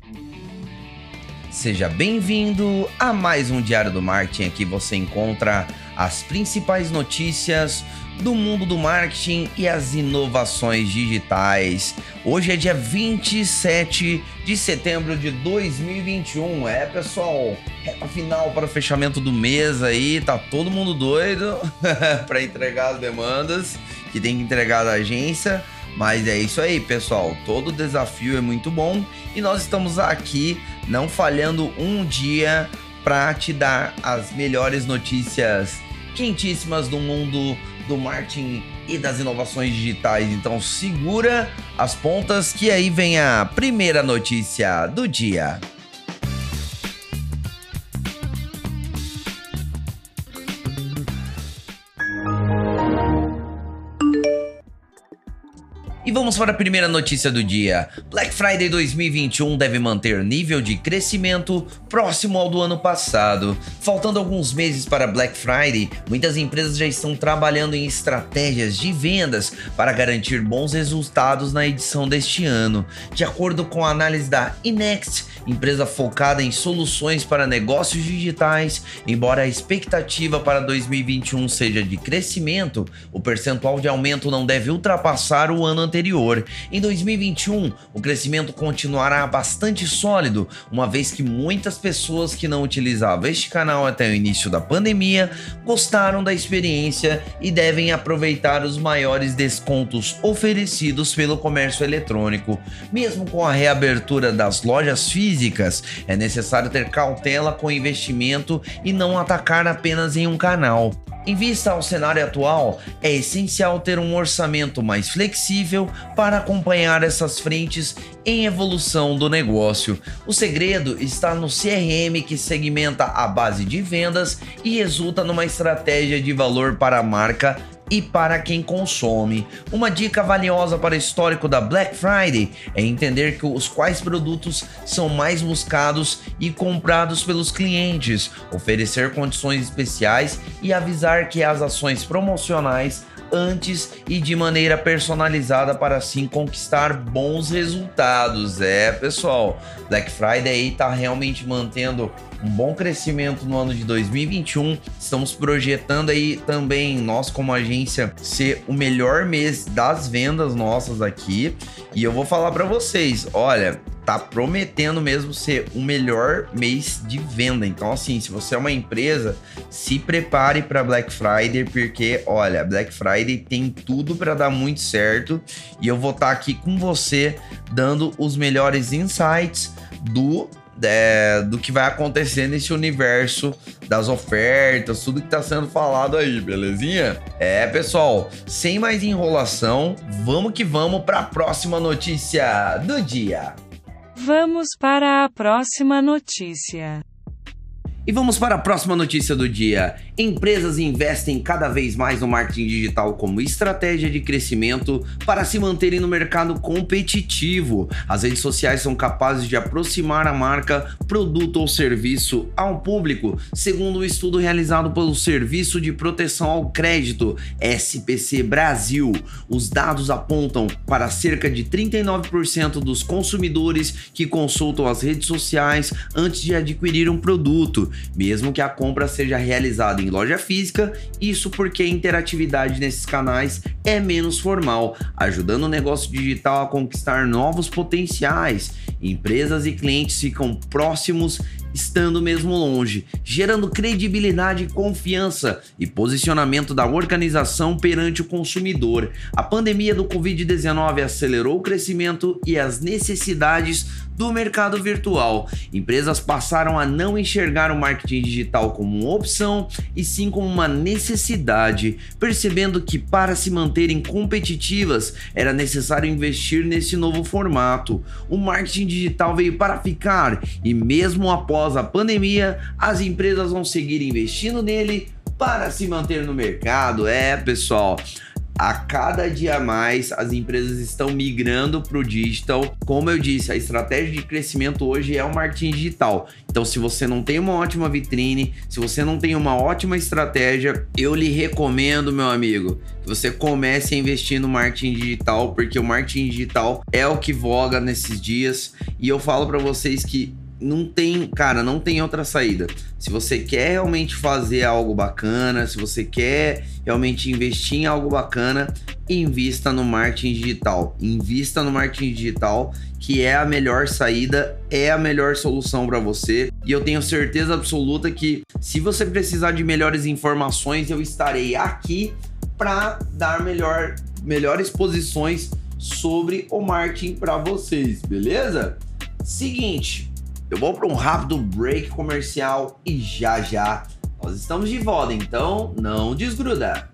Seja bem-vindo a mais um Diário do Marketing. Aqui você encontra as principais notícias do mundo do marketing e as inovações digitais. Hoje é dia 27 de setembro de 2021. Pessoal, reta final para o fechamento do mês aí. Tá todo mundo doido para entregar as demandas que tem que entregar da agência. Mas é isso aí, pessoal. Todo desafio é muito bom e nós estamos aqui não falhando um dia para te dar as melhores notícias quentíssimas do mundo do marketing e das inovações digitais. Então segura as pontas que aí vem a primeira notícia do dia. E vamos para a primeira notícia do dia. Black Friday 2021 deve manter nível de crescimento próximo ao do ano passado. Faltando alguns meses para Black Friday, muitas empresas já estão trabalhando em estratégias de vendas para garantir bons resultados na edição deste ano. De acordo com a análise da Inext, empresa focada em soluções para negócios digitais, embora a expectativa para 2021 seja de crescimento, o percentual de aumento não deve ultrapassar o ano anterior. Em 2021, o crescimento continuará bastante sólido, uma vez que muitas pessoas que não utilizavam este canal até o início da pandemia gostaram da experiência e devem aproveitar os maiores descontos oferecidos pelo comércio eletrônico. Mesmo com a reabertura das lojas físicas, é necessário ter cautela com o investimento e não atacar apenas em um canal. Em vista ao cenário atual, é essencial ter um orçamento mais flexível para acompanhar essas frentes em evolução do negócio. O segredo está no CRM, que segmenta a base de vendas e resulta numa estratégia de valor para a marca e para quem consome. Uma dica valiosa para o histórico da Black Friday é entender que os quais produtos são mais buscados e comprados pelos clientes, oferecer condições especiais e avisar que as ações promocionais antes e de maneira personalizada para assim conquistar bons resultados. Pessoal, Black Friday aí tá realmente mantendo um bom crescimento no ano de 2021. Estamos projetando aí também, nós como agência, ser o melhor mês das vendas nossas aqui. E eu vou falar para vocês, olha, tá prometendo mesmo ser o melhor mês de venda. Então assim, se você é uma empresa, se prepare para Black Friday, porque olha, Black Friday tem tudo para dar muito certo. E eu vou estar aqui com você dando os melhores insights do que vai acontecer nesse universo das ofertas, tudo que tá sendo falado aí, belezinha? Pessoal, sem mais enrolação, vamos que vamos para a próxima notícia do dia. Vamos para a próxima notícia. E vamos para a próxima notícia do dia. Empresas investem cada vez mais no marketing digital como estratégia de crescimento para se manterem no mercado competitivo. As redes sociais são capazes de aproximar a marca, produto ou serviço ao público, segundo um estudo realizado pelo Serviço de Proteção ao Crédito, SPC Brasil. Os dados apontam para cerca de 39% dos consumidores que consultam as redes sociais antes de adquirir um produto, mesmo que a compra seja realizada em loja física. Isso porque a interatividade nesses canais é menos formal, ajudando o negócio digital a conquistar novos potenciais. Empresas e clientes ficam próximos estando mesmo longe, gerando credibilidade e confiança e posicionamento da organização perante o consumidor. A pandemia do Covid-19 acelerou o crescimento e as necessidades do mercado virtual. Empresas passaram a não enxergar o marketing digital como uma opção e sim como uma necessidade, percebendo que para se manterem competitivas era necessário investir nesse novo formato. O marketing digital veio para ficar e mesmo após a pandemia, as empresas vão seguir investindo nele para se manter no mercado. Pessoal, A cada dia mais as empresas estão migrando para o digital. Como eu disse, a estratégia de crescimento hoje é o marketing digital. Então, se você não tem uma ótima vitrine, se você não tem uma ótima estratégia, eu lhe recomendo, meu amigo, que você comece a investir no marketing digital, porque o marketing digital é o que voga nesses dias. E eu falo para vocês que não tem outra saída. Se você quer realmente fazer algo bacana, se você quer realmente investir em algo bacana, invista no marketing digital. Invista no marketing digital, que é a melhor saída, é a melhor solução para você. E eu tenho certeza absoluta que se você precisar de melhores informações, eu estarei aqui para dar melhores posições sobre o marketing para vocês, beleza? Seguinte, eu vou para um rápido break comercial e já nós estamos de volta, então não desgruda.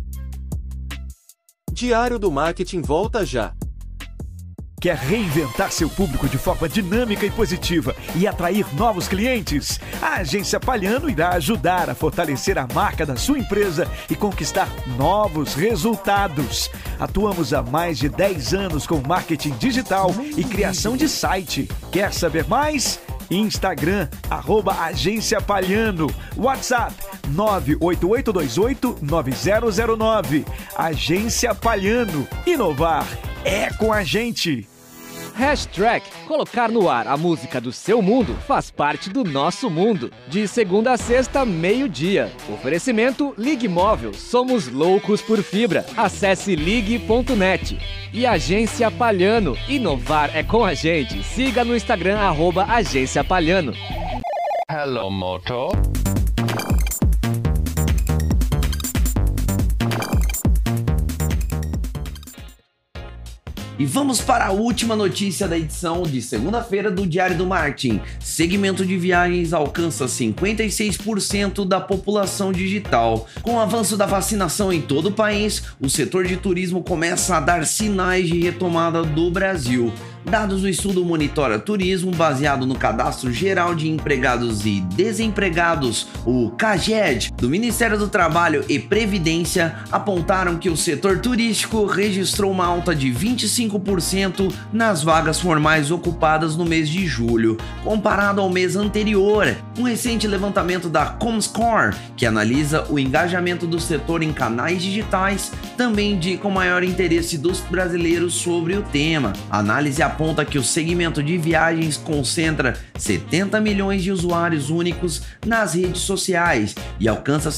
Diário do Marketing volta já. Quer reinventar seu público de forma dinâmica e positiva e atrair novos clientes? A Agência Palhano irá ajudar a fortalecer a marca da sua empresa e conquistar novos resultados. Atuamos há mais de 10 anos com marketing digital e criação de site. Quer saber mais? Instagram, @Agência Palhano. WhatsApp, 988289009. Agência Palhano. Inovar é com a gente. Hashtag. Colocar no ar a música do seu mundo faz parte do nosso mundo. De segunda a sexta, meio-dia. Oferecimento Ligue Móvel. Somos loucos por fibra. Acesse ligue.net. E Agência Palhano. Inovar é com a gente. Siga no Instagram, @Agência Palhano. Hello, Moto. E vamos para a última notícia da edição de segunda-feira do Diário do Marketing. Segmento de viagens alcança 56% da população digital. Com o avanço da vacinação em todo o país, o setor de turismo começa a dar sinais de retomada do Brasil. Dados do estudo Monitora Turismo, baseado no Cadastro Geral de Empregados e Desempregados, o CAGED, do Ministério do Trabalho e Previdência, apontaram que o setor turístico registrou uma alta de 25% nas vagas formais ocupadas no mês de julho, comparado ao mês anterior. Um recente levantamento da Comscore, que analisa o engajamento do setor em canais digitais, também indica o maior interesse dos brasileiros sobre o tema. A análise aponta que o segmento de viagens concentra 70 milhões de usuários únicos nas redes sociais e alcança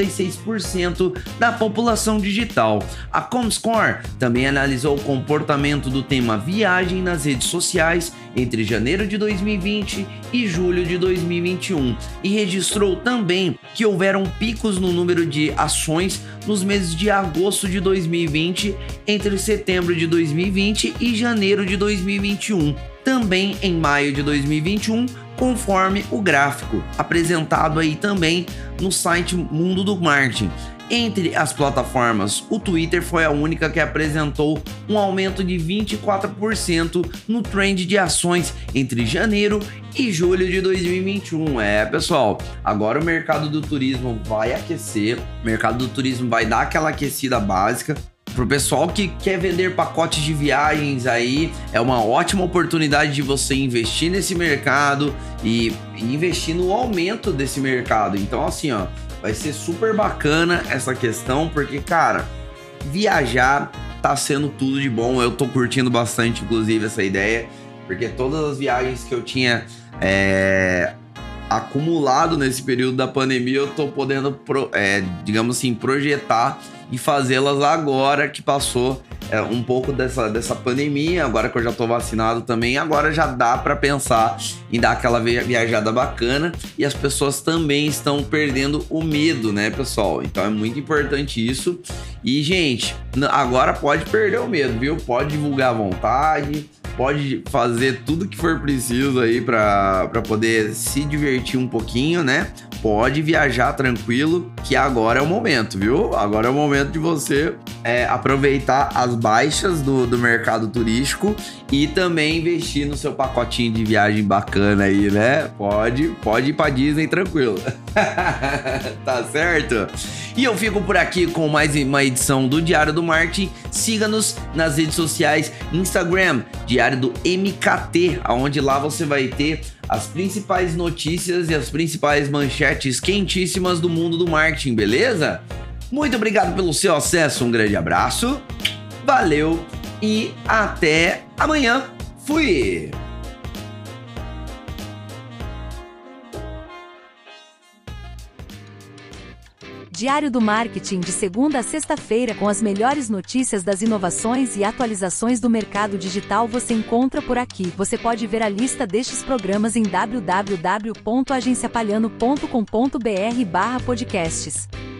56% da população digital. A Comscore também analisou o comportamento do tema viagem nas redes sociais entre janeiro de 2020 e julho de 2021 e registrou também que houveram picos no número de ações nos meses de agosto de 2020, entre setembro de 2020 e janeiro de 2021, também em maio de 2021, conforme o gráfico apresentado aí também no site Mundo do Marketing. Entre as plataformas, o Twitter foi a única que apresentou um aumento de 24% no trend de ações entre janeiro e julho de 2021. Pessoal, agora o mercado do turismo vai aquecer, o mercado do turismo vai dar aquela aquecida básica. Pro pessoal que quer vender pacotes de viagens aí, é uma ótima oportunidade de você investir nesse mercado e investir no aumento desse mercado. Então assim, ó, vai ser super bacana essa questão, porque, cara, viajar tá sendo tudo de bom. Eu tô curtindo bastante, inclusive, essa ideia, porque todas as viagens que eu tinha acumulado nesse período da pandemia, eu tô podendo, digamos assim, projetar e fazê-las agora que passou um pouco dessa pandemia, agora que eu já tô vacinado também, agora já dá para pensar em dar aquela viajada bacana, e as pessoas também estão perdendo o medo, né, pessoal? Então é muito importante isso. E, gente, agora pode perder o medo, viu? Pode divulgar à vontade, pode fazer tudo que for preciso aí para poder se divertir um pouquinho, né? Pode viajar tranquilo, que agora é o momento, viu? Agora é o momento de você aproveitar as baixas do mercado turístico e também investir no seu pacotinho de viagem bacana aí, né? Pode ir pra Disney tranquilo. Tá certo? E eu fico por aqui com mais uma edição do Diário do Marketing. Siga-nos nas redes sociais, Instagram, Diário do MKT, onde lá você vai ter as principais notícias e as principais manchetes quentíssimas do mundo do marketing, beleza? Muito obrigado pelo seu acesso, um grande abraço, valeu e até amanhã. Fui! Diário do Marketing de segunda a sexta-feira com as melhores notícias das inovações e atualizações do mercado digital você encontra por aqui. Você pode ver a lista destes programas em www.agenciapalhano.com.br/podcasts.